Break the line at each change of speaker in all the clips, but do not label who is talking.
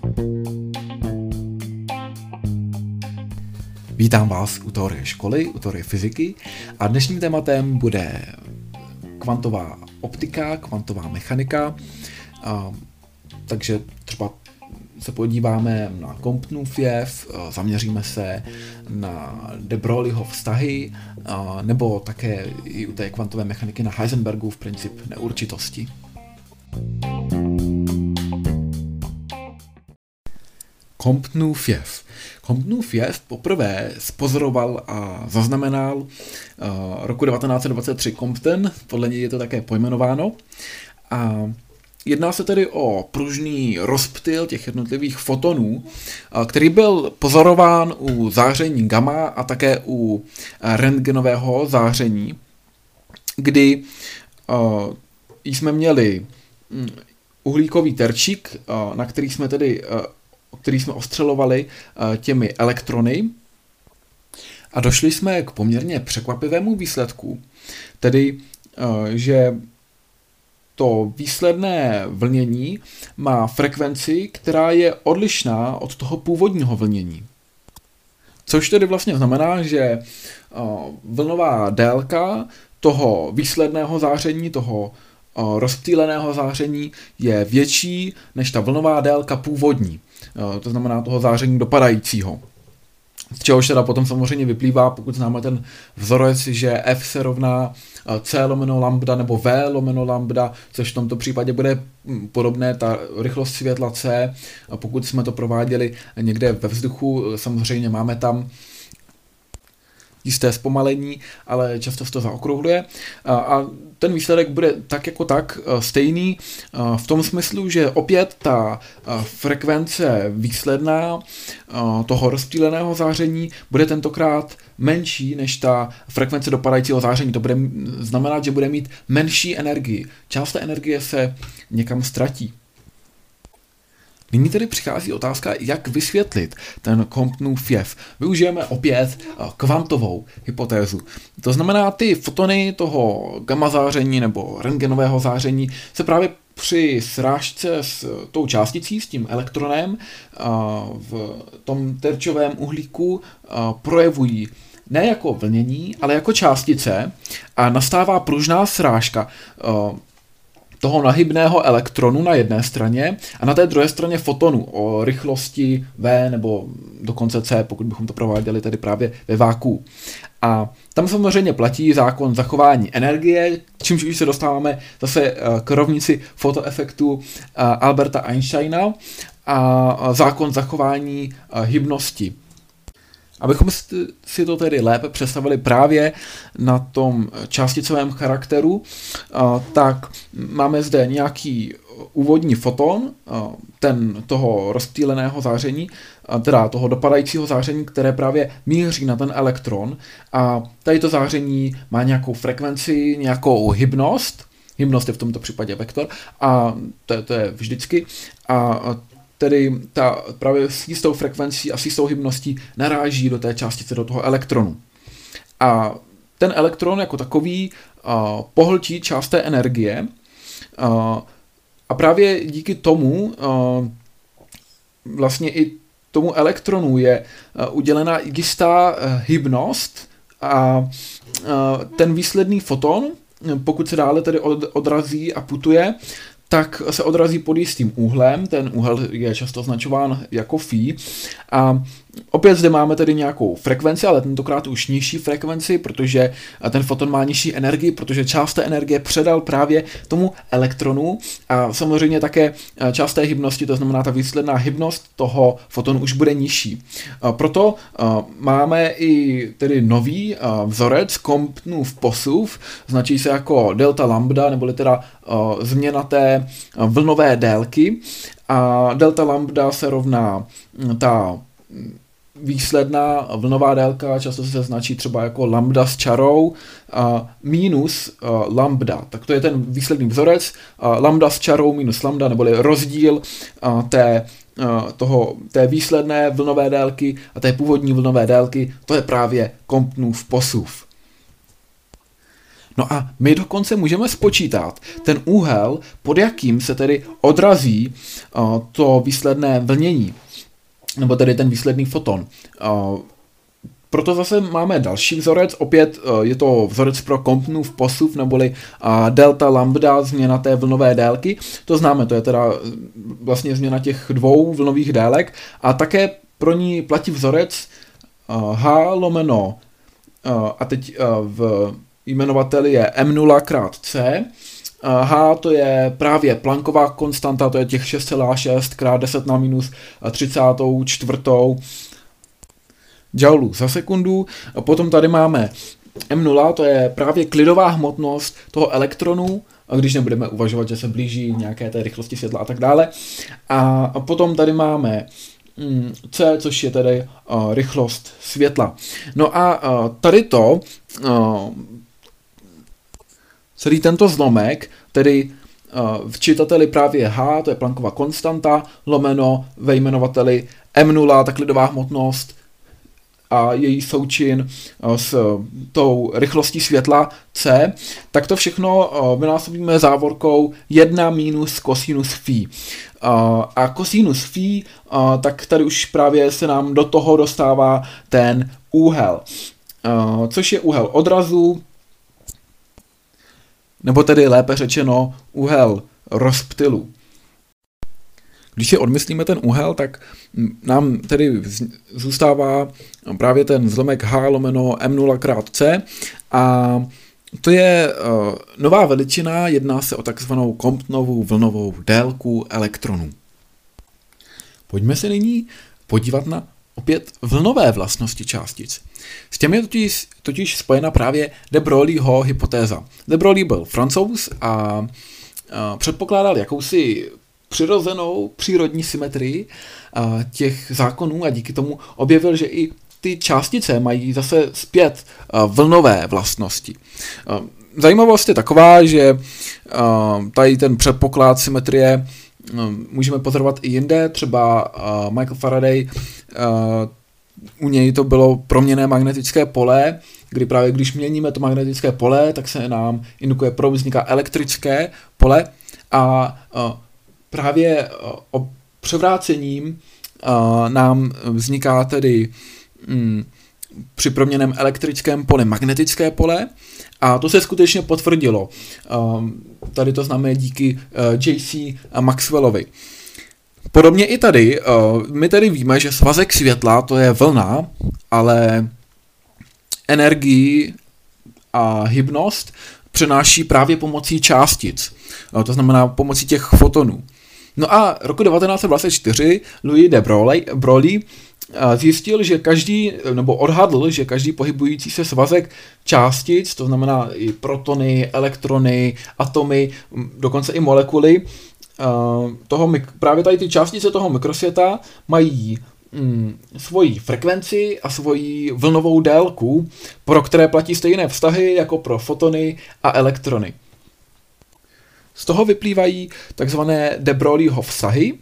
Vítám vás u teorie školy, u teorie fyziky a dnešním tématem bude kvantová optika, kvantová mechanika. Takže třeba se podíváme na Comptonův jev, zaměříme se na de Broglieho vztahy, nebo také i u té kvantové mechaniky na Heisenbergův princip neurčitosti. Comptonův jev. Comptonův jev poprvé zpozoroval a zaznamenal roku 1923 Compton, podle něj je to také pojmenováno. A jedná se tedy o pružný rozptyl těch jednotlivých fotonů, který byl pozorován u záření gamma a také u rentgenového záření, kdy jsme měli uhlíkový terčík, na který jsme ostřelovali těmi elektrony a došli jsme k poměrně překvapivému výsledku, tedy že to výsledné vlnění má frekvenci, která je odlišná od toho původního vlnění. Což tedy vlastně znamená, že vlnová délka toho výsledného záření, toho rozptýleného záření je větší než ta vlnová délka původní. To znamená toho záření dopadajícího. Z čehož teda potom samozřejmě vyplývá, pokud známe ten vzorec, že F se rovná C lomeno lambda nebo V lomeno lambda, což v tomto případě bude podobné, ta rychlost světla C. A pokud jsme to prováděli někde ve vzduchu, samozřejmě máme tam jisté zpomalení, ale často se to zaokrouhluje. A ten výsledek bude tak jako tak stejný v tom smyslu, že opět ta frekvence výsledná toho rozptýleného záření bude tentokrát menší než ta frekvence dopadajícího záření. To bude znamenat, že bude mít menší energii. Část té energie se někam ztratí. Nyní tedy přichází otázka, jak vysvětlit ten Comptonův jev. Využijeme opět kvantovou hypotézu. To znamená, ty fotony toho gamma záření nebo rentgenového záření se právě při srážce s tou částicí, s tím elektronem v tom terčovém uhlíku projevují ne jako vlnění, ale jako částice a nastává pružná srážka toho nahybného elektronu na jedné straně a na té druhé straně fotonu o rychlosti V nebo dokonce C, pokud bychom to prováděli tedy právě ve vákuu. A tam samozřejmě platí zákon zachování energie, čímž už se dostáváme zase k rovnici fotoefektu Alberta Einsteina a zákon zachování hybnosti. Abychom si to tedy lépe představili právě na tom částicovém charakteru, tak máme zde nějaký úvodní foton, ten toho rozptýleného záření, teda toho dopadajícího záření, které právě míří na ten elektron. A tady to záření má nějakou frekvenci, nějakou hybnost. Hybnost je v tomto případě vektor a to je vždycky. A tedy právě s jistou frekvencí a s jistou hybností naráží do té částice, do toho elektronu. A ten elektron jako takový pohltí část té energie a právě díky tomu vlastně i tomu elektronu je udělena jistá hybnost a ten výsledný foton, pokud se dále tedy odrazí a putuje, tak se odrazí pod jistým úhlem, ten úhel je často označován jako phi a opět zde máme tedy nějakou frekvenci, ale tentokrát už nižší frekvenci, protože ten foton má nižší energii, protože část té energie předal právě tomu elektronu a samozřejmě také část té hybnosti, to znamená ta výsledná hybnost toho fotonu už bude nižší. Proto máme i tedy nový vzorec Comptonův posuv, značí se jako delta lambda, neboli teda změna té vlnové délky a delta lambda se rovná ta výsledná vlnová délka, často se značí třeba jako lambda s čarou, minus lambda. Tak to je ten výsledný vzorec, lambda s čarou minus lambda, neboli rozdíl té výsledné vlnové délky a té původní vlnové délky, to je právě Comptonův posuv. No a my dokonce můžeme spočítat ten úhel, pod jakým se tedy odrazí to výsledné vlnění, nebo tedy ten výsledný foton. Proto zase máme další vzorec, opět je to vzorec pro Comptonův posuv, neboli delta lambda, změna té vlnové délky. To známe, to je teda vlastně změna těch dvou vlnových délek a také pro ní platí vzorec H lomeno, a teď v jmenovateli je M0 krát C. H to je právě Plancková konstanta, to je těch 6,6 krát 10 na minus 34 joulů za sekundu. A potom tady máme M0, to je právě klidová hmotnost toho elektronu, a když nebudeme uvažovat, že se blíží nějaké té rychlosti světla a tak dále. A potom tady máme C, což je tedy rychlost světla. No a tady to, celý tento zlomek, tedy v čitateli právě H, to je Planckova konstanta, lomeno ve jmenovateli M0, ta klidová hmotnost a její součin s tou rychlostí světla C, tak to všechno vynásobíme závorkou 1 minus kosinus phi. A kosinus phi, tak tady už právě se nám do toho dostává ten úhel, což je úhel odrazu, nebo tedy lépe řečeno úhel rozptylu. Když si odmyslíme ten úhel, tak nám tedy zůstává právě ten zlomek H lomeno M0 krát C a to je nová veličina, jedná se o takzvanou Comptonovu vlnovou délku elektronů. Pojďme se nyní podívat na opět vlnové vlastnosti částic. S těmi je totiž spojena právě de Broglieho hypotéza. De Broglie byl Francouz a předpokládal jakousi přirozenou přírodní symetrii těch zákonů a díky tomu objevil, že i ty částice mají zase zpět vlnové vlastnosti. Zajímavost je taková, že tady ten předpoklad symetrie můžeme pozorovat i jinde, třeba Michael Faraday, u něj to bylo proměnné magnetické pole, kdy právě když měníme to magnetické pole, tak se nám indukuje proud, vzniká elektrické pole a právě převrácením nám vzniká tedy při proměnném elektrickém poli magnetické pole a to se skutečně potvrdilo. Tady to známe díky J.C. Maxwellovi. Podobně i tady, my tedy víme, že svazek světla to je vlna, ale energii a hybnost přenáší právě pomocí částic, to znamená pomocí těch fotonů. No a roku 1924 Louis de Broglie zjistil, že odhadl, že každý pohybující se svazek částic, to znamená i protony, elektrony, atomy, dokonce i molekuly, právě tady ty částice toho mikrosvěta mají svoji frekvenci a svoji vlnovou délku, pro které platí stejné vztahy jako pro fotony a elektrony. Z toho vyplývají takzvané de Broglieho vztahy,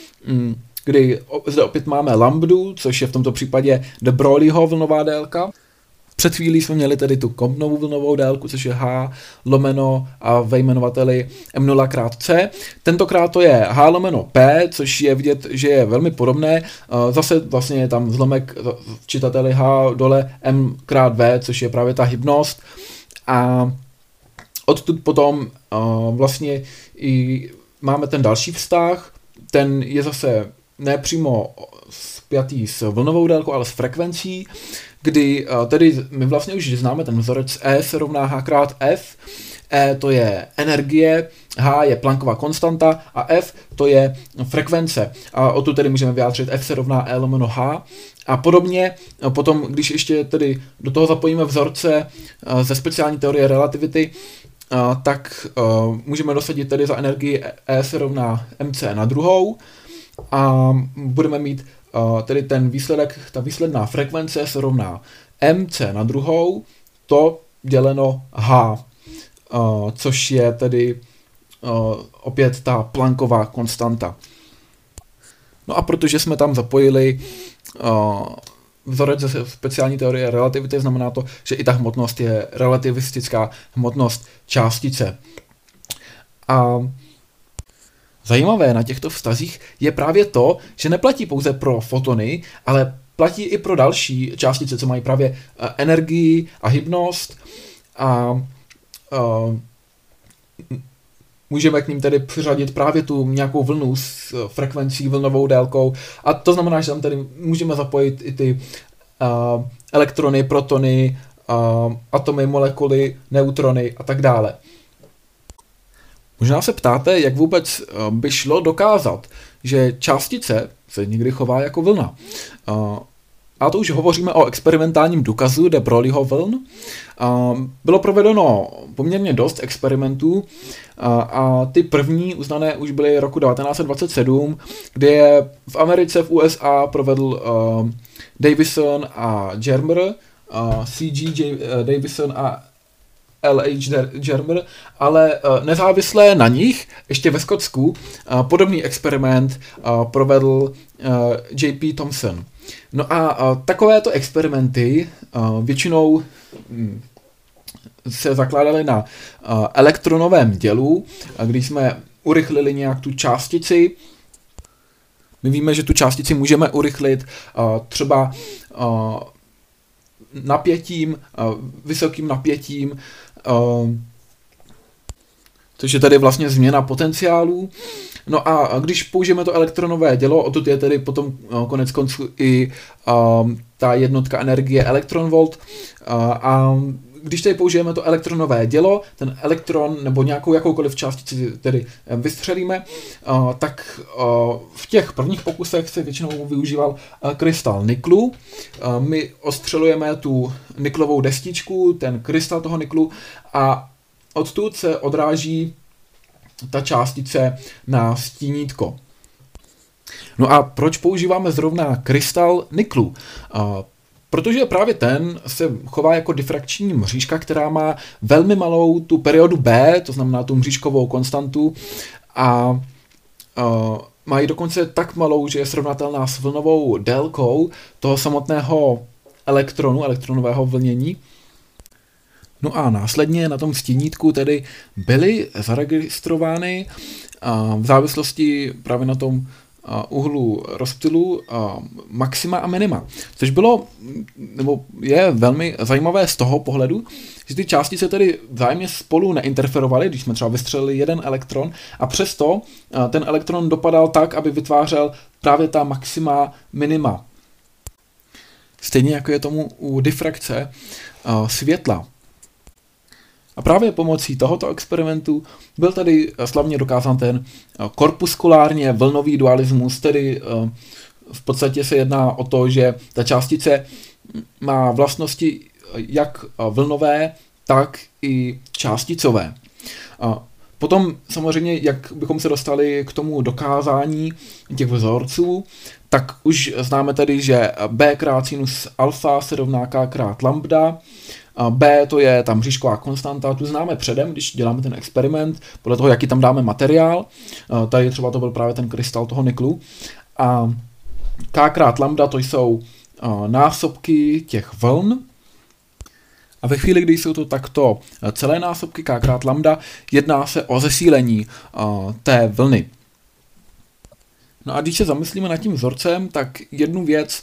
kdy zde opět máme lambdu, což je v tomto případě de Broglieho vlnová délka. Před chvílí jsme měli tedy tu Comptonovu vlnovou délku, což je H lomeno a ve jmenovateli M0 krát C. Tentokrát to je H lomeno P, což je vidět, že je velmi podobné. Zase vlastně je tam zlomek v čitateli H dole M krát V, což je právě ta hybnost. A odtud potom vlastně i máme ten další vztah, ten je zase nepřímo spjatý s vlnovou délkou, ale s frekvencí, kdy tedy my vlastně už známe ten vzorec E se rovná H krát F, E to je energie, H je Planckova konstanta a F to je frekvence. A odtud tedy můžeme vyjádřit F se rovná E lomeno H. A podobně potom, když ještě tedy do toho zapojíme vzorce ze speciální teorie relativity, tak můžeme dosadit tedy za energii E se rovná mc na druhou a budeme mít tedy ten výsledek, ta výsledná frekvence se rovná mc na druhou, to děleno H, což je tedy opět ta Planckova konstanta. No a protože jsme tam zapojili vzorec ze speciální teorie relativity, znamená to, že i ta hmotnost je relativistická hmotnost částice. A zajímavé na těchto vztazích je právě to, že neplatí pouze pro fotony, ale platí i pro další částice, co mají právě energii a hybnost a můžeme k ním tedy přiřadit právě tu nějakou vlnu s frekvencí, vlnovou délkou a to znamená, že tam tedy můžeme zapojit i ty elektrony, protony, atomy, molekuly, neutrony a tak dále. Možná se ptáte, jak vůbec by šlo dokázat, že částice se někdy chová jako vlna. A to už hovoříme o experimentálním důkazu de Broglieho vln. Bylo provedeno poměrně dost experimentů a ty první uznané už byly roku 1927, kdy je v Americe, v USA provedl Davison a Germer, C.G. Davison a L.H. Germer, ale nezávisle na nich, ještě ve Skotsku, podobný experiment provedl J.P. Thomson. No a takovéto experimenty většinou se zakládaly na elektronovém dělu, když jsme urychlili nějak tu částici. My víme, že tu částici můžeme urychlit třeba napětím, vysokým napětím, což je tedy vlastně změna potenciálů. No a když použijeme to elektronové dělo, odtud je tedy potom konec konců i ta jednotka energie elektronvolt. A když tady použijeme to elektronové dělo, ten elektron nebo nějakou jakoukoliv částici tedy vystřelíme, tak v těch prvních pokusech se většinou využíval krystal niklu. My ostřelujeme tu niklovou destičku, ten krystal toho niklu a odtud se odráží ta částice na stínítko. No a proč používáme zrovna krystal niklu? Protože právě ten se chová jako difrakční mřížka, která má velmi malou tu periodu B, to znamená tu mřížkovou konstantu, a má ji dokonce tak malou, že je srovnatelná s vlnovou délkou toho samotného elektronu, elektronového vlnění. No a následně na tom stínítku tedy byly zaregistrovány v závislosti právě na tom úhlu rozptylu maxima a minima, což bylo, nebo je velmi zajímavé z toho pohledu, že ty částice tedy vzájemně spolu neinterferovaly, když jsme třeba vystřelili jeden elektron a přesto ten elektron dopadal tak, aby vytvářel právě ta maxima minima. Stejně jako je tomu u difrakce světla. A právě pomocí tohoto experimentu byl tady slavně dokázán ten korpuskulárně vlnový dualismus, tedy v podstatě se jedná o to, že ta částice má vlastnosti jak vlnové, tak i částicové. Potom samozřejmě, jak bychom se dostali k tomu dokázání těch vzorců, tak už známe tedy, že B krát sinus alfa se rovná K krát lambda. B to je ta mřížková konstanta, tu známe předem, když děláme ten experiment, podle toho, jaký tam dáme materiál. Tady třeba to byl právě ten krystal toho niklu. A K krát lambda to jsou násobky těch vln. A ve chvíli, kdy jsou to takto celé násobky K krát lambda, jedná se o zesílení té vlny. No a když se zamyslíme nad tím vzorcem, tak jednu věc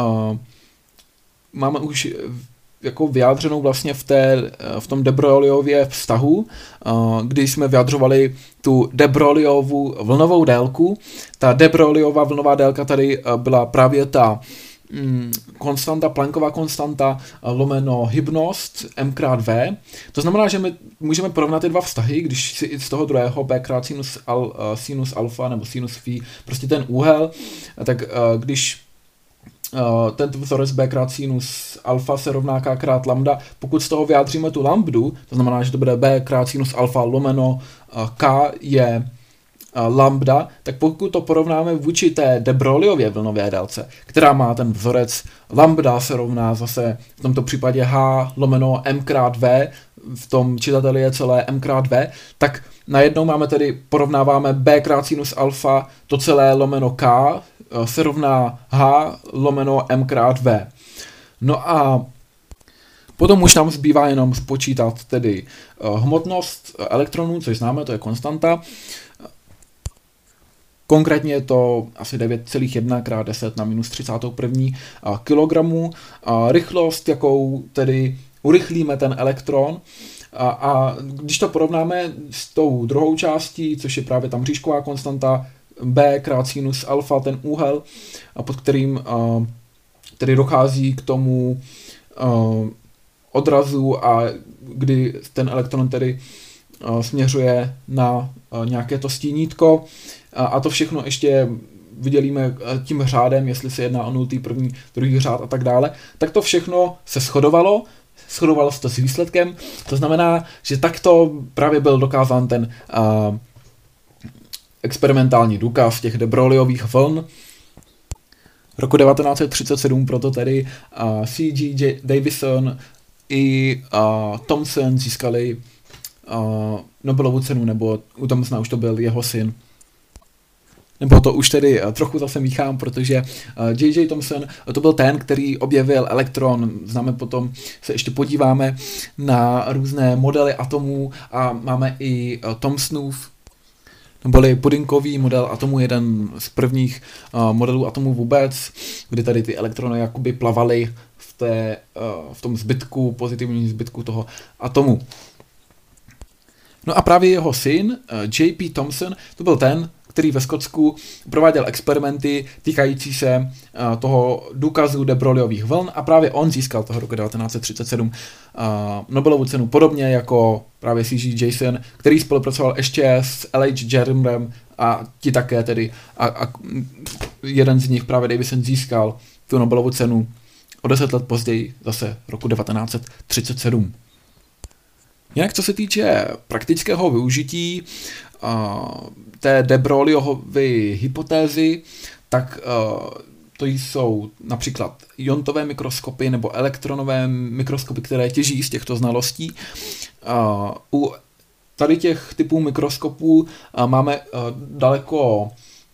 máme už jako vyjádřenou vlastně v tom de Brogliově vztahu, kdy jsme vyjadřovali tu de Brogliovu vlnovou délku. Ta de Brogliova vlnová délka tady byla právě ta konstanta, Plancková konstanta lomeno hybnost m krát v. To znamená, že my můžeme porovnat ty dva vztahy, když si z toho druhého b krát sinus alfa nebo sinus phi, prostě ten úhel, tak když tento vzorec b krát sinus alfa se rovná k krát lambda, pokud z toho vyjádříme tu lambdu, to znamená, že to bude b krát sinus alfa lomeno k je lambda, tak pokud to porovnáme vůči té de Brogliově vlnové délce, která má ten vzorec lambda se rovná zase v tomto případě h lomeno m krát v, v tom čitateli je celé m krát v, tak najednou máme tedy, porovnáváme b krát sinus alfa, to celé lomeno k se rovná h lomeno m krát v. No a potom už nám zbývá jenom spočítat tedy hmotnost elektronů, což známe, to je konstanta. Konkrétně je to asi 9,1 × 10 na minus 31 kilogramů. Rychlost, jakou tedy urychlíme ten elektron. A když to porovnáme s tou druhou částí, což je právě ta mřížková konstanta b krát sinus alfa, ten úhel, pod kterým tedy dochází k tomu odrazu a kdy ten elektron tedy směřuje na nějaké to stínítko a to všechno ještě vydělíme tím řádem, jestli se jedná o 0., 1., 2. řád a tak dále, tak to všechno se shodovalo se to s výsledkem, to znamená, že takto právě byl dokázán ten experimentální důkaz těch de Brogliových vln. Roku 1937 proto tedy C.G. Davison i Thomson získali Nobelovu cenu, nebo u Thomsona už to byl jeho syn. Nebo to už tedy trochu zase míchám, protože J.J. Thomson to byl ten, který objevil elektron. Známe potom, se ještě podíváme na různé modely atomů a máme i Thomsonův, neboli pudinkový model atomu, jeden z prvních modelů atomů vůbec, kdy tady ty elektrony jakoby plavaly v tom zbytku, pozitivním zbytku toho atomu. No a právě jeho syn, J.P. Thomson, to byl ten, který ve Skotsku prováděl experimenty týkající se toho důkazu de Brogliových vln a právě on získal toho roku 1937 Nobelovu cenu, podobně jako právě C.G. Jason, který spolupracoval ještě s L.H. Germerem a ti také tedy a jeden z nich, právě Davison, získal tu Nobelovu cenu o 10 let později, zase roku 1937. Jinak co se týče praktického využití té de Brogliovy hypotézy, tak to jsou například iontové mikroskopy nebo elektronové mikroskopy, které těží z těchto znalostí. U tady těch typů mikroskopů máme daleko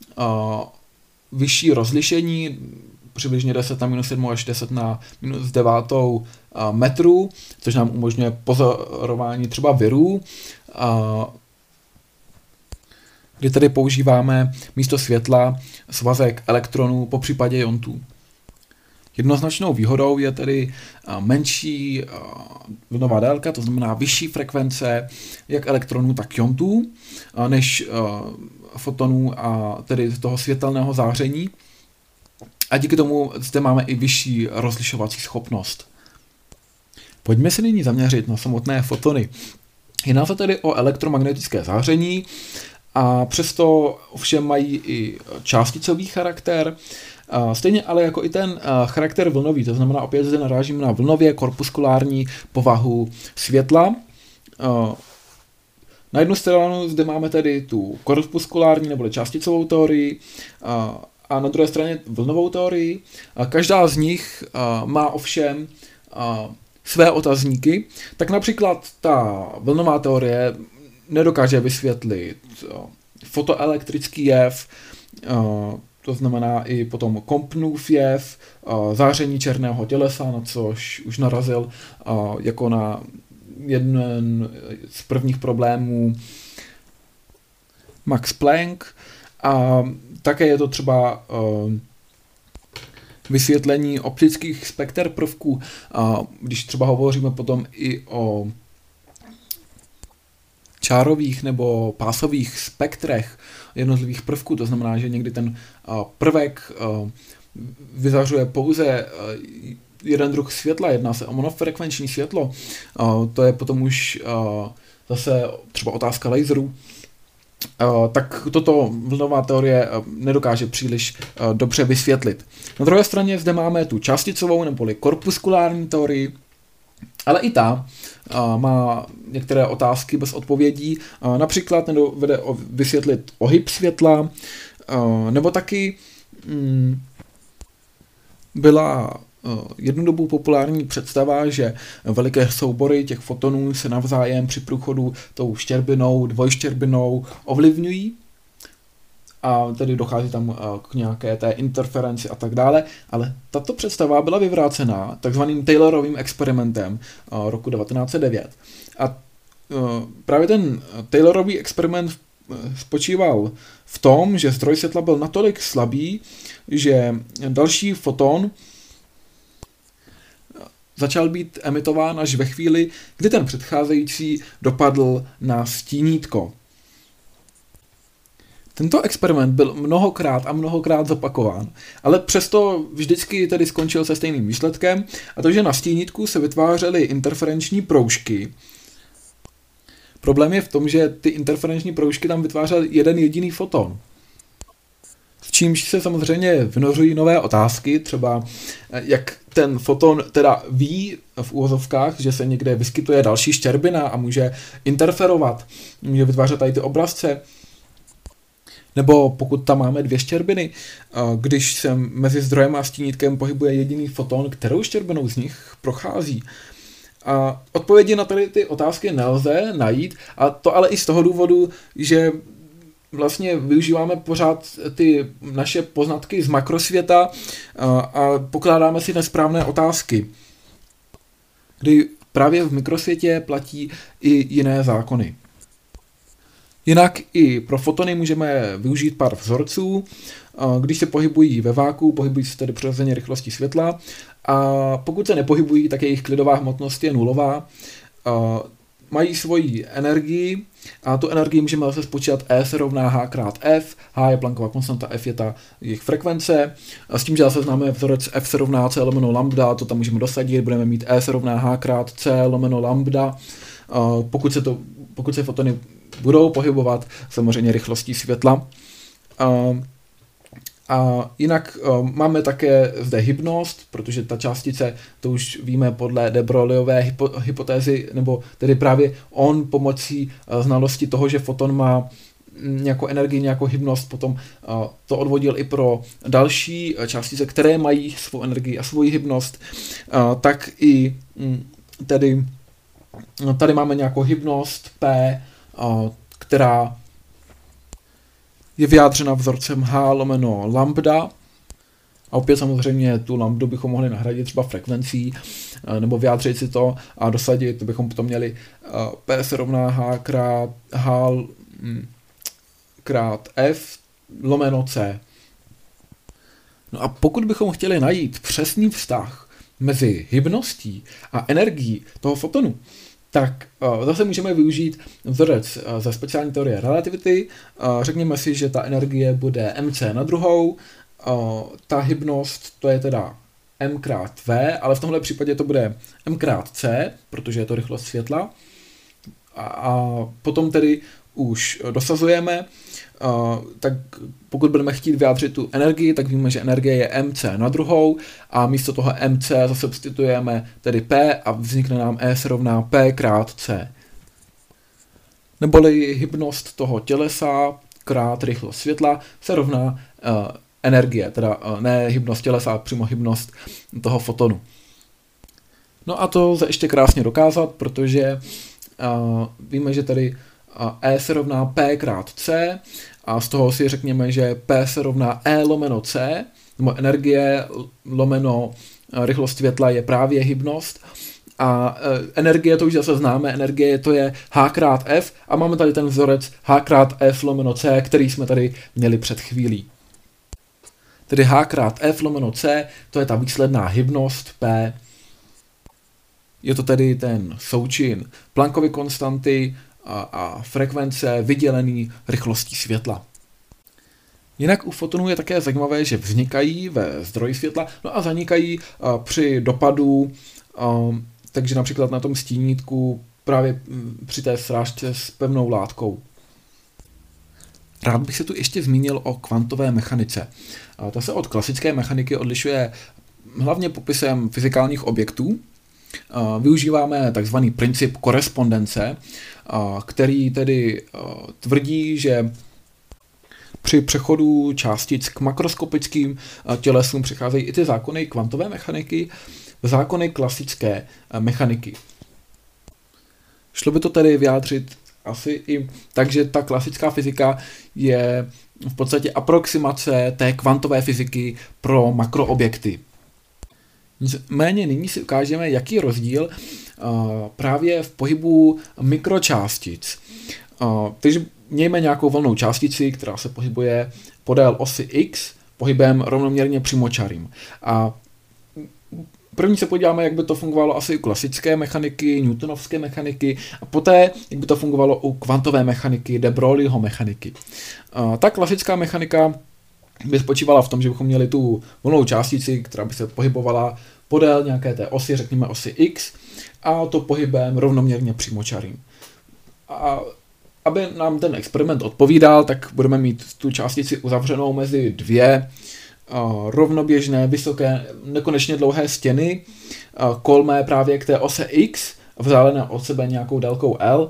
vyšší rozlišení, přibližně 10 na minus 7 až 10 na minus 9 metrů, což nám umožňuje pozorování třeba virů, kdy tedy používáme místo světla svazek elektronů, popřípadě iontů. Jednoznačnou výhodou je tedy menší vlnová délka, to znamená vyšší frekvence jak elektronů, tak iontů, než fotonů a tedy toho světelného záření. A díky tomu zde máme i vyšší rozlišovací schopnost. Pojďme se nyní zaměřit na samotné fotony. Jedná se tedy o elektromagnetické záření a přesto ovšem mají i částicový charakter, stejně ale jako i ten charakter vlnový, to znamená opět zde narážím na vlnově korpuskulární povahu světla. Na jednu stranu zde máme tedy tu korpuskulární nebo částicovou teorii a na druhé straně vlnovou teorii. Každá z nich má ovšem své otazníky, tak například ta vlnová teorie nedokáže vysvětlit fotoelektrický jev, to znamená i potom Comptonův jev, záření černého tělesa, na což už narazil jako na jeden z prvních problémů Max Planck. A také je to třeba vysvětlení optických spekter prvků, když třeba hovoříme potom i o čárových nebo pásových spektrech jednotlivých prvků, to znamená, že někdy ten prvek vyzařuje pouze jeden druh světla, jedná se o monofrekvenční světlo, to je potom už zase třeba otázka laserů, tak toto vlnová teorie nedokáže příliš dobře vysvětlit. Na druhé straně zde máme tu částicovou neboli korpuskulární teorii, ale i ta má některé otázky bez odpovědí, například nedovede vysvětlit ohyb světla, nebo taky byla jednu dobu populární představa, že veliké soubory těch fotonů se navzájem při průchodu tou štěrbinou, dvojštěrbinou ovlivňují. a tedy dochází tam k nějaké té interferenci a tak dále, ale tato představa byla vyvrácená takzvaným Taylorovým experimentem roku 1909. A právě ten Taylorový experiment spočíval v tom, že zdroj světla byl natolik slabý, že další foton začal být emitován až ve chvíli, kdy ten předcházející dopadl na stínítko. Tento experiment byl mnohokrát zopakován, ale přesto vždycky tedy skončil se stejným výsledkem, a to, že na stínítku se vytvářely interferenční proužky. Problém je v tom, že ty interferenční proužky tam vytvářel jeden jediný foton. S čímž se samozřejmě vynořují nové otázky, třeba jak ten foton teda ví v úvozovkách, že se někde vyskytuje další štěrbina a může interferovat, může vytvářet tady ty obrazce. Nebo pokud tam máme dvě štěrbiny, když se mezi zdrojem a stínítkem pohybuje jediný foton, kterou štěrbinou z nich prochází. A odpovědi na tady ty otázky nelze najít, a to ale i z toho důvodu, že vlastně využíváme pořád ty naše poznatky z makrosvěta a pokládáme si nesprávné otázky, kdy právě v mikrosvětě platí i jiné zákony. Jinak i pro fotony můžeme využít pár vzorců, když se pohybují ve váku, pohybují se tedy přirozeně rychlostí světla, a pokud se nepohybují, tak jejich klidová hmotnost je nulová. Mají svoji energii a tu energii můžeme zase spočítat E se rovná H krát F. H je Planckova konstanta, F je ta jejich frekvence. A s tím, že zase známe vzorec F se rovná C lomeno lambda, to tam můžeme dosadit, budeme mít E se rovná H krát C lomeno lambda. Pokud se fotony budou pohybovat samozřejmě rychlostí světla. A jinak máme také zde hybnost, protože ta částice, to už víme podle de Brogliové hypotézy, nebo tedy právě on pomocí znalosti toho, že foton má nějakou energii, nějakou hybnost, potom to odvodil i pro další částice, které mají svou energii a svou hybnost, tak i tedy tady máme nějakou hybnost P, která je vyjádřena vzorcem H lomeno lambda. A opět samozřejmě tu lambdu bychom mohli nahradit třeba frekvencí, nebo vyjádřit si to a dosadit, bychom potom měli P se rovná H krát F lomeno C. No a pokud bychom chtěli najít přesný vztah mezi hybností a energií toho fotonu, tak zase můžeme využít vzorec ze speciální teorie relativity. Řekněme si, že ta energie bude mc na druhou, ta hybnost to je teda m krát v, ale v tomhle případě to bude m krát c, protože je to rychlost světla. A potom tedy už dosazujeme, tak pokud budeme chtít vyjádřit tu energii, tak víme, že energie je mc na druhou a místo toho mc zasubstitujeme tedy p a vznikne nám E se rovná p krát c. Neboli hybnost toho tělesa krát rychlost světla se rovná energie, teda ne hybnost tělesa, ale přímo hybnost toho fotonu. No a to lze ještě krásně dokázat, protože víme, že tady E se rovná P krát C a z toho si řekněme, že P se rovná E lomeno C, nebo energie lomeno rychlost světla je právě hybnost a energie, to už zase známe, energie to je H krát F a máme tady ten vzorec H krát F lomeno C, který jsme tady měli před chvílí. Tedy H krát F lomeno C, to je ta výsledná hybnost P. Je to tedy ten součin Planckovy konstanty a frekvence vydělený rychlostí světla. Jinak u fotonů je také zajímavé, že vznikají ve zdroji světla, no a zanikají při dopadu, takže například na tom stínítku právě při té srážce s pevnou látkou. Rád bych se tu ještě zmínil o kvantové mechanice. Ta se od klasické mechaniky odlišuje hlavně popisem fyzikálních objektů. Využíváme takzvaný princip korespondence, který tedy tvrdí, že při přechodu částic k makroskopickým tělesům přicházejí i ty zákony kvantové mechaniky v zákony klasické mechaniky. Šlo by to tedy vyjádřit asi i tak, že ta klasická fyzika je v podstatě aproximace té kvantové fyziky pro makroobjekty. Nicméně nyní si ukážeme, jaký je rozdíl právě v pohybu mikročástic. Takže mějme nějakou volnou částici, která se pohybuje podél osy x pohybem rovnoměrně přímočarým. A první se podíváme, jak by to fungovalo asi u klasické mechaniky, newtonovské mechaniky, a poté, jak by to fungovalo u kvantové mechaniky, de Broglieho mechaniky. Ta klasická mechanika by spočívala v tom, že bychom měli tu volnou částici, která by se pohybovala podél nějaké té osy, řekněme osy x, a to pohybem rovnoměrně přímočarým. A aby nám ten experiment odpovídal, tak budeme mít tu částici uzavřenou mezi dvě rovnoběžné, vysoké, nekonečně dlouhé stěny, kolmé právě k té ose x, vzdálené od sebe nějakou délkou L.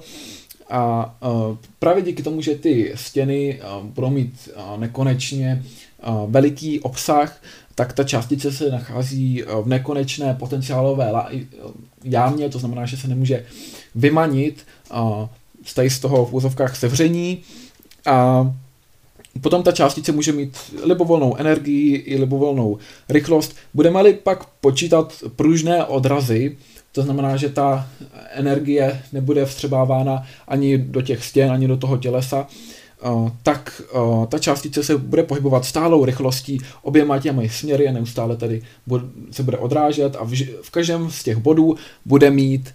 A právě díky tomu, že ty stěny budou mít nekonečně veliký obsah, tak ta částice se nachází v nekonečné potenciálové jámě, to znamená, že se nemůže vymanit z toho v úzovkách sevření. A potom ta částice může mít libovolnou energii i libovolnou rychlost. Budeme-li pak počítat pružné odrazy, to znamená, že ta energie nebude vstřebávána ani do těch stěn, ani do toho tělesa, tak ta částice se bude pohybovat stálou rychlostí oběma těmi směry a neustále tedy se bude odrážet a v každém z těch bodů bude mít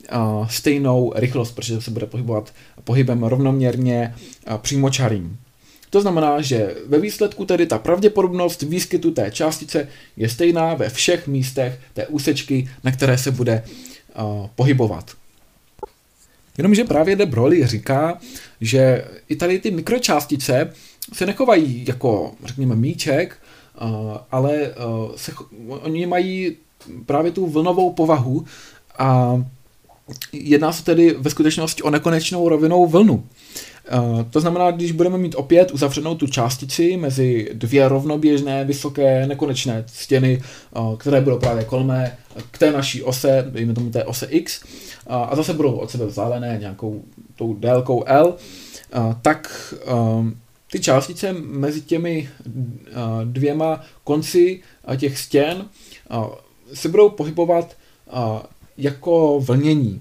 stejnou rychlost, protože se bude pohybovat pohybem rovnoměrně přímočarým. To znamená, že ve výsledku tedy ta pravděpodobnost výskytu té částice je stejná ve všech místech té úsečky, na které se bude pohybovat. Jenomže právě de Broglie říká, že i tady ty mikročástice se nechovají jako, řekněme, míček, ale oni mají právě tu vlnovou povahu a jedná se tedy ve skutečnosti o nekonečnou rovinnou vlnu. To znamená, když budeme mít opět uzavřenou tu částici mezi dvě rovnoběžné, vysoké, nekonečné stěny, které budou právě kolmé k té naší ose, dejme tomu té ose x, a zase budou od sebe vzdálené nějakou tou délkou L, tak ty částice mezi těmi dvěma konci těch stěn se budou pohybovat jako vlnění.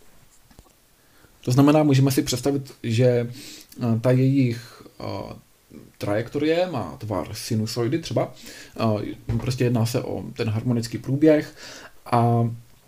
To znamená, můžeme si představit, že ta jejich trajektorie má tvar sinusoidy třeba. Prostě jedná se o ten harmonický průběh a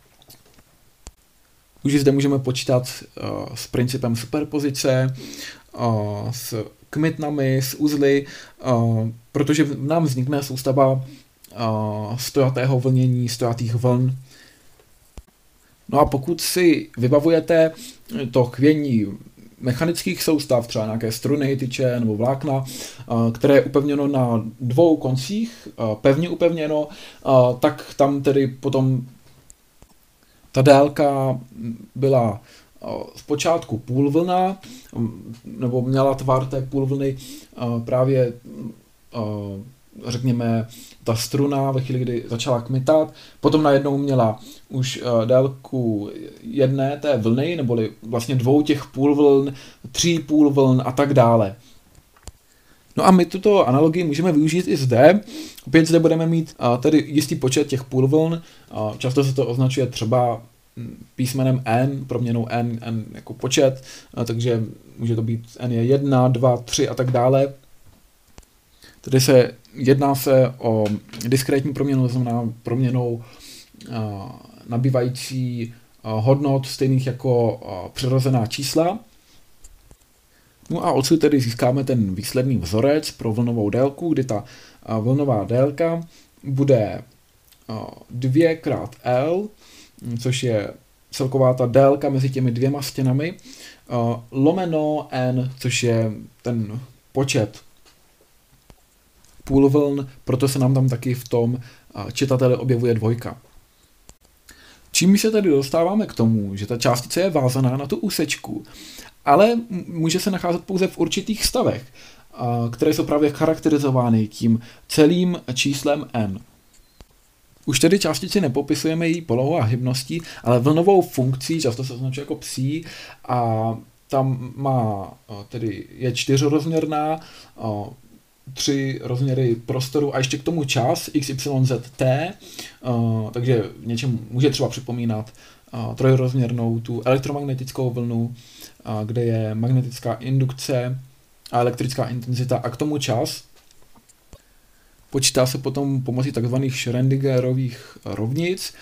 už zde můžeme počítat s principem superpozice, s kmitnami, s uzly, protože nám vznikne soustava stojatého vlnění, stojatých vln. No a pokud si vybavujete to chvění mechanických soustav, třeba nějaké struny, tyče nebo vlákna, které je upevněno na dvou koncích, pevně upevněno, tak tam tedy potom ta délka byla zpočátku půlvlna, nebo měla tvar té půlvlny právě řekněme, ta struna ve chvíli, kdy začala kmitat, potom najednou měla už délku jedné té vlny, neboli vlastně dvou těch půlvln, 3 půlvln a tak dále. No a my tuto analogii můžeme využít i zde. Opět zde budeme mít tedy jistý počet těch půlvln. Často se to označuje třeba písmenem n, proměnou n jako počet, takže může to být n je 1, 2, 3 a tak dále. Tedy jedná se o diskrétní proměnu, to znamená proměnou nabývající hodnot stejných jako přirozená čísla. No a odsud tedy získáme ten výsledný vzorec pro vlnovou délku, kdy ta vlnová délka bude 2 krát L, což je celková ta délka mezi těmi dvěma stěnami, lomeno n, což je ten počet půlvln, proto se nám tam taky v tom čitateli objevuje 2. Čím se tedy dostáváme k tomu, že ta částice je vázaná na tu úsečku, ale může se nacházet pouze v určitých stavech, které jsou právě charakterizovány tím celým číslem n. Už tedy částici nepopisujeme její polohou a hybností, ale vlnovou funkcí, často se označuje jako psí, a tam má, tedy je 4rozměrná, 3 rozměry prostoru a ještě k tomu čas x, y, z, t, takže něčem může třeba připomínat trojrozměrnou tu elektromagnetickou vlnu, kde je magnetická indukce a elektrická intenzita a k tomu čas. Počítá se potom pomocí tzv. Schrödingerových rovnic.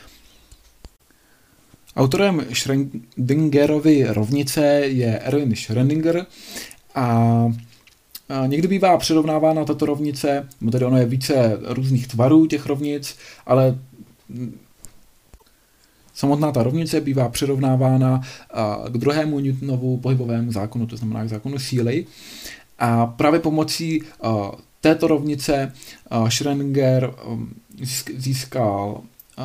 Autorem Schrödingerovy rovnice je Erwin Schrödinger a někdy bývá přirovnávána tato rovnice, tedy ono je více různých tvarů těch rovnic, ale samotná ta rovnice bývá přirovnávána k druhému Newtonovu pohybovému zákonu, to znamená k zákonu síly. A právě pomocí této rovnice Schrödinger získal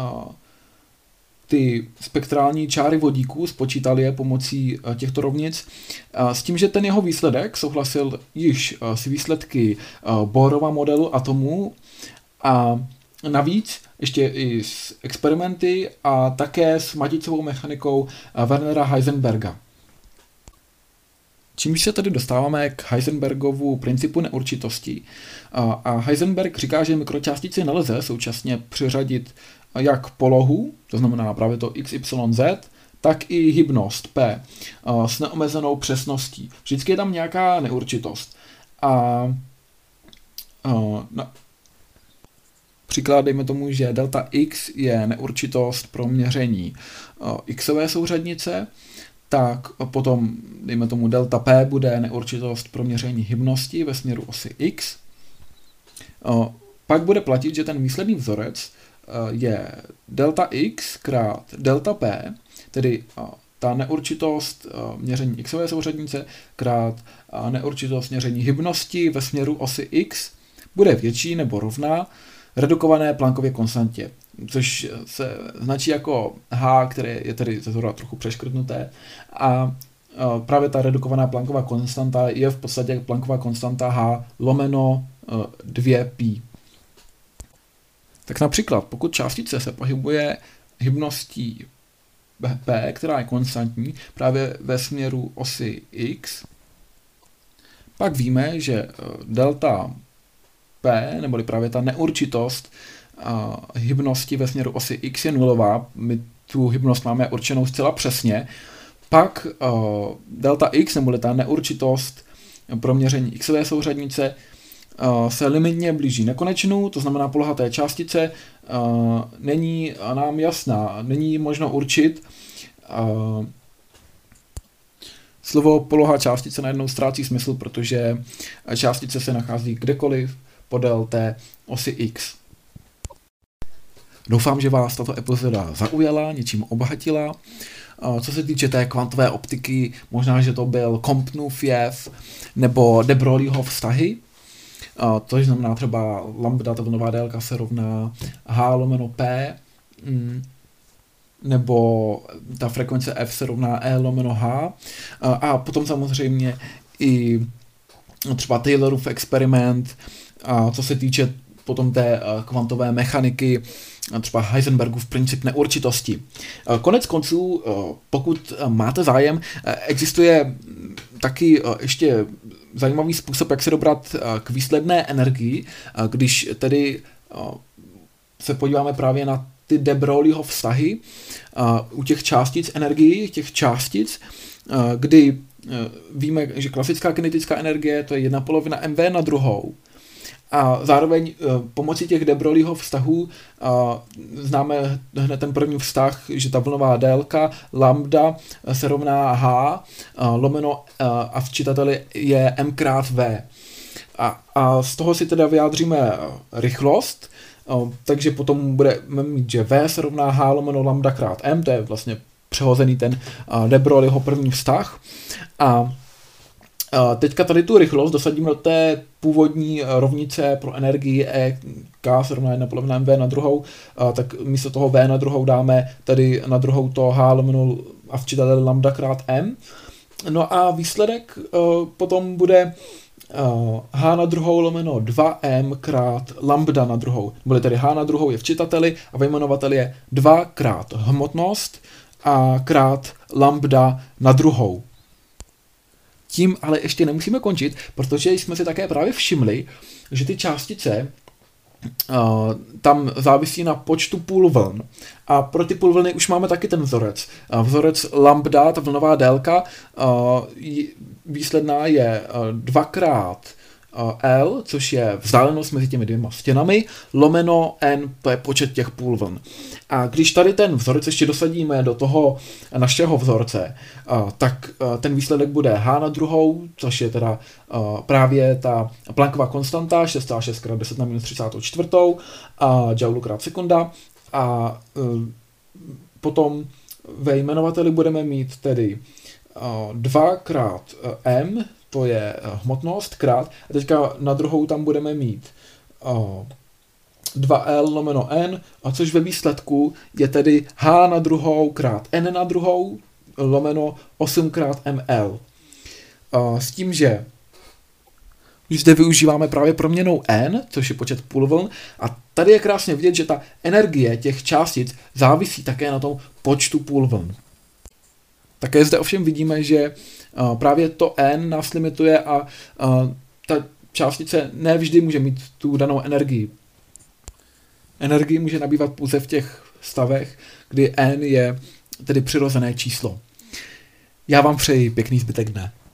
ty spektrální čáry vodíku, spočítal je pomocí těchto rovnic, s tím, že ten jeho výsledek souhlasil již s výsledky Bohrova modelu atomů a navíc ještě i s experimenty a také s maticovou mechanikou Wernera Heisenberga. Čímž se tedy dostáváme k Heisenbergovu principu neurčitosti. A Heisenberg říká, že mikročástici nelze současně přiřadit jak polohu, to znamená právě to x, y, z, tak i hybnost p s neomezenou přesností. Vždycky je tam nějaká neurčitost. Příklad dejme tomu, že delta x je neurčitost pro měření xové souřadnice, tak potom dejme tomu delta p bude neurčitost pro měření hybnosti ve směru osy x. Pak bude platit, že ten výsledný vzorec je delta x krát delta p, tedy ta neurčitost měření xové souřadnice krát neurčitost měření hybnosti ve směru osy x bude větší nebo rovná redukované Planckově konstantě, což se značí jako h, které je tedy ze zhora trochu přeškrtnuté. A právě ta redukovaná Planckova konstanta je v podstatě Planckova konstanta h lomeno 2π. Tak například, pokud částice se pohybuje hybností p, která je konstantní právě ve směru osy x, pak víme, že delta p, neboli právě ta neurčitost hybnosti ve směru osy x je nulová, my tu hybnost máme určenou zcela přesně, pak delta x, neboli ta neurčitost pro měření xové souřadnice, se limitně blíží nekonečnu, to znamená poloha té částice není nám jasná, není možno určit. Slovo poloha částice najednou ztrácí smysl, protože částice se nachází kdekoliv podél té osy x. Doufám, že vás tato epizoda zaujala, něčím obohatila. Co se týče té kvantové optiky, možná, že to byl Comptonův jev nebo de Broglieho vztahy, což znamená třeba lambda, ta vlnová délka se rovná h lomeno p, nebo ta frekvence f se rovná e lomeno h. A potom samozřejmě i třeba Taylorův experiment, co se týče potom té kvantové mechaniky, třeba Heisenbergův princip neurčitosti. Konec konců, pokud máte zájem, existuje taky ještě zajímavý způsob, jak se dobrat k výsledné energii, když tedy se podíváme právě na ty de Broglieho vztahy u těch částic energii, těch částic, kdy víme, že klasická kinetická energie to je 1/2 mv na druhou. A zároveň pomocí těch de Broglieho vztahů známe hned ten první vztah, že ta vlnová délka lambda se rovná h lomeno a v čitateli je m krát v. A z toho si teda vyjádříme rychlost, takže potom budeme mít, že v se rovná h lomeno lambda krát m, to je vlastně přehozený ten de Broglieho první vztah. A teďka tady tu rychlost dosadíme do té původní rovnice pro energii E k se rovná 1/2 mv na druhou, tak místo toho v na druhou dáme tady na druhou to h lomeno a včítateli lambda krát m. No a výsledek potom bude h na druhou lomeno 2m krát lambda na druhou. Bude tedy h na druhou je v čitateli a ve jmenovateli je 2 krát hmotnost a krát lambda na druhou. Tím ale ještě nemusíme končit, protože jsme si také právě všimli, že ty částice tam závisí na počtu půlvln. A pro ty půlvlny už máme taky ten vzorec. Vzorec lambda, ta vlnová délka, výsledná je 2x L, což je vzdálenost mezi těmi dvěma stěnami, lomeno N, to je počet těch půlvln. A když tady ten vzorec ještě dosadíme do toho našeho vzorce, tak ten výsledek bude H na druhou, což je teda právě ta Plancková konstanta, 66 x 10 na minus 34 joule krát sekunda. A potom ve jmenovateli budeme mít tedy 2 krát M, to je hmotnost, krát, a teďka na druhou tam budeme mít 2L lomeno N, a což ve výsledku je tedy H na druhou krát N na druhou lomeno 8 krát ML. S tím, že už zde využíváme právě proměnnou N, což je počet půlvln, a tady je krásně vidět, že ta energie těch částic závisí také na tom počtu půlvln. Také zde ovšem vidíme, že právě to N nás limituje a ta částice nevždy může mít tu danou energii. Energii může nabývat pouze v těch stavech, kdy N je tedy přirozené číslo. Já vám přeji pěkný zbytek dne.